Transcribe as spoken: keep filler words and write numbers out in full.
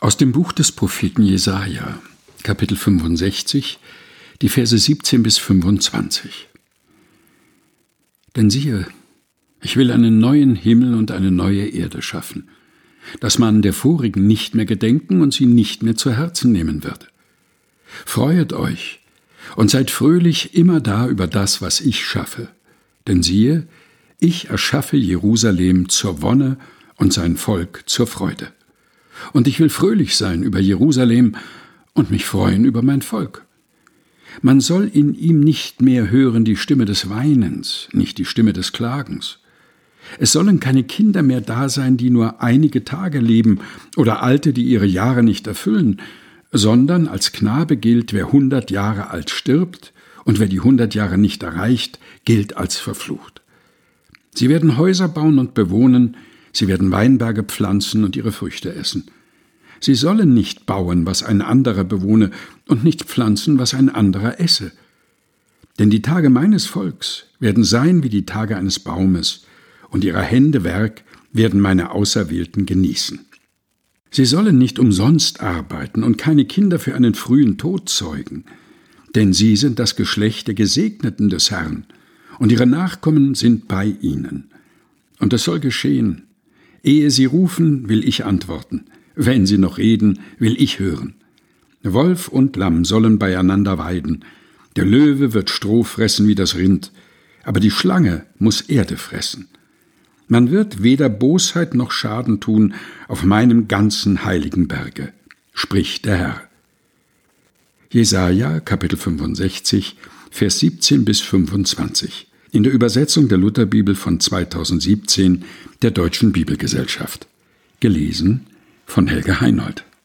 Aus dem Buch des Propheten Jesaja, Kapitel fünfundsechzig, die Verse siebzehn bis fünfundzwanzig. Denn siehe, ich will einen neuen Himmel und eine neue Erde schaffen, dass man der vorigen nicht mehr gedenken und sie nicht mehr zu Herzen nehmen wird. Freuet euch und seid fröhlich immerdar über das, was ich schaffe. Denn siehe, ich erschaffe Jerusalem zur Wonne und sein Volk zur Freude. Und ich will fröhlich sein über Jerusalem und mich freuen über mein Volk. Man soll in ihm nicht mehr hören die Stimme des Weinens, nicht die Stimme des Klagens. Es sollen keine Kinder mehr da sein, die nur einige Tage leben, oder Alte, die ihre Jahre nicht erfüllen, sondern als Knabe gilt, wer hundert Jahre alt stirbt, und wer die hundert Jahre nicht erreicht, gilt als verflucht. Sie werden Häuser bauen und bewohnen, sie werden Weinberge pflanzen und ihre Früchte essen. Sie sollen nicht bauen, was ein anderer bewohne, und nicht pflanzen, was ein anderer esse. Denn die Tage meines Volks werden sein wie die Tage eines Baumes, und ihrer Hände Werk werden meine Auserwählten genießen. Sie sollen nicht umsonst arbeiten und keine Kinder für einen frühen Tod zeugen, denn sie sind das Geschlecht der Gesegneten des Herrn, und ihre Nachkommen sind bei ihnen. Und es soll geschehen, ehe sie rufen, will ich antworten, wenn sie noch reden, will ich hören. Wolf und Lamm sollen beieinander weiden, der Löwe wird Stroh fressen wie das Rind, aber die Schlange muss Erde fressen. Man wird weder Bosheit noch Schaden tun auf meinem ganzen heiligen Berge, spricht der Herr. Jesaja, Kapitel fünfundsechzig, Vers siebzehn bis fünfundzwanzig, in der Übersetzung der Lutherbibel von zweitausendsiebzehn der Deutschen Bibelgesellschaft. Gelesen von Helge Heinold.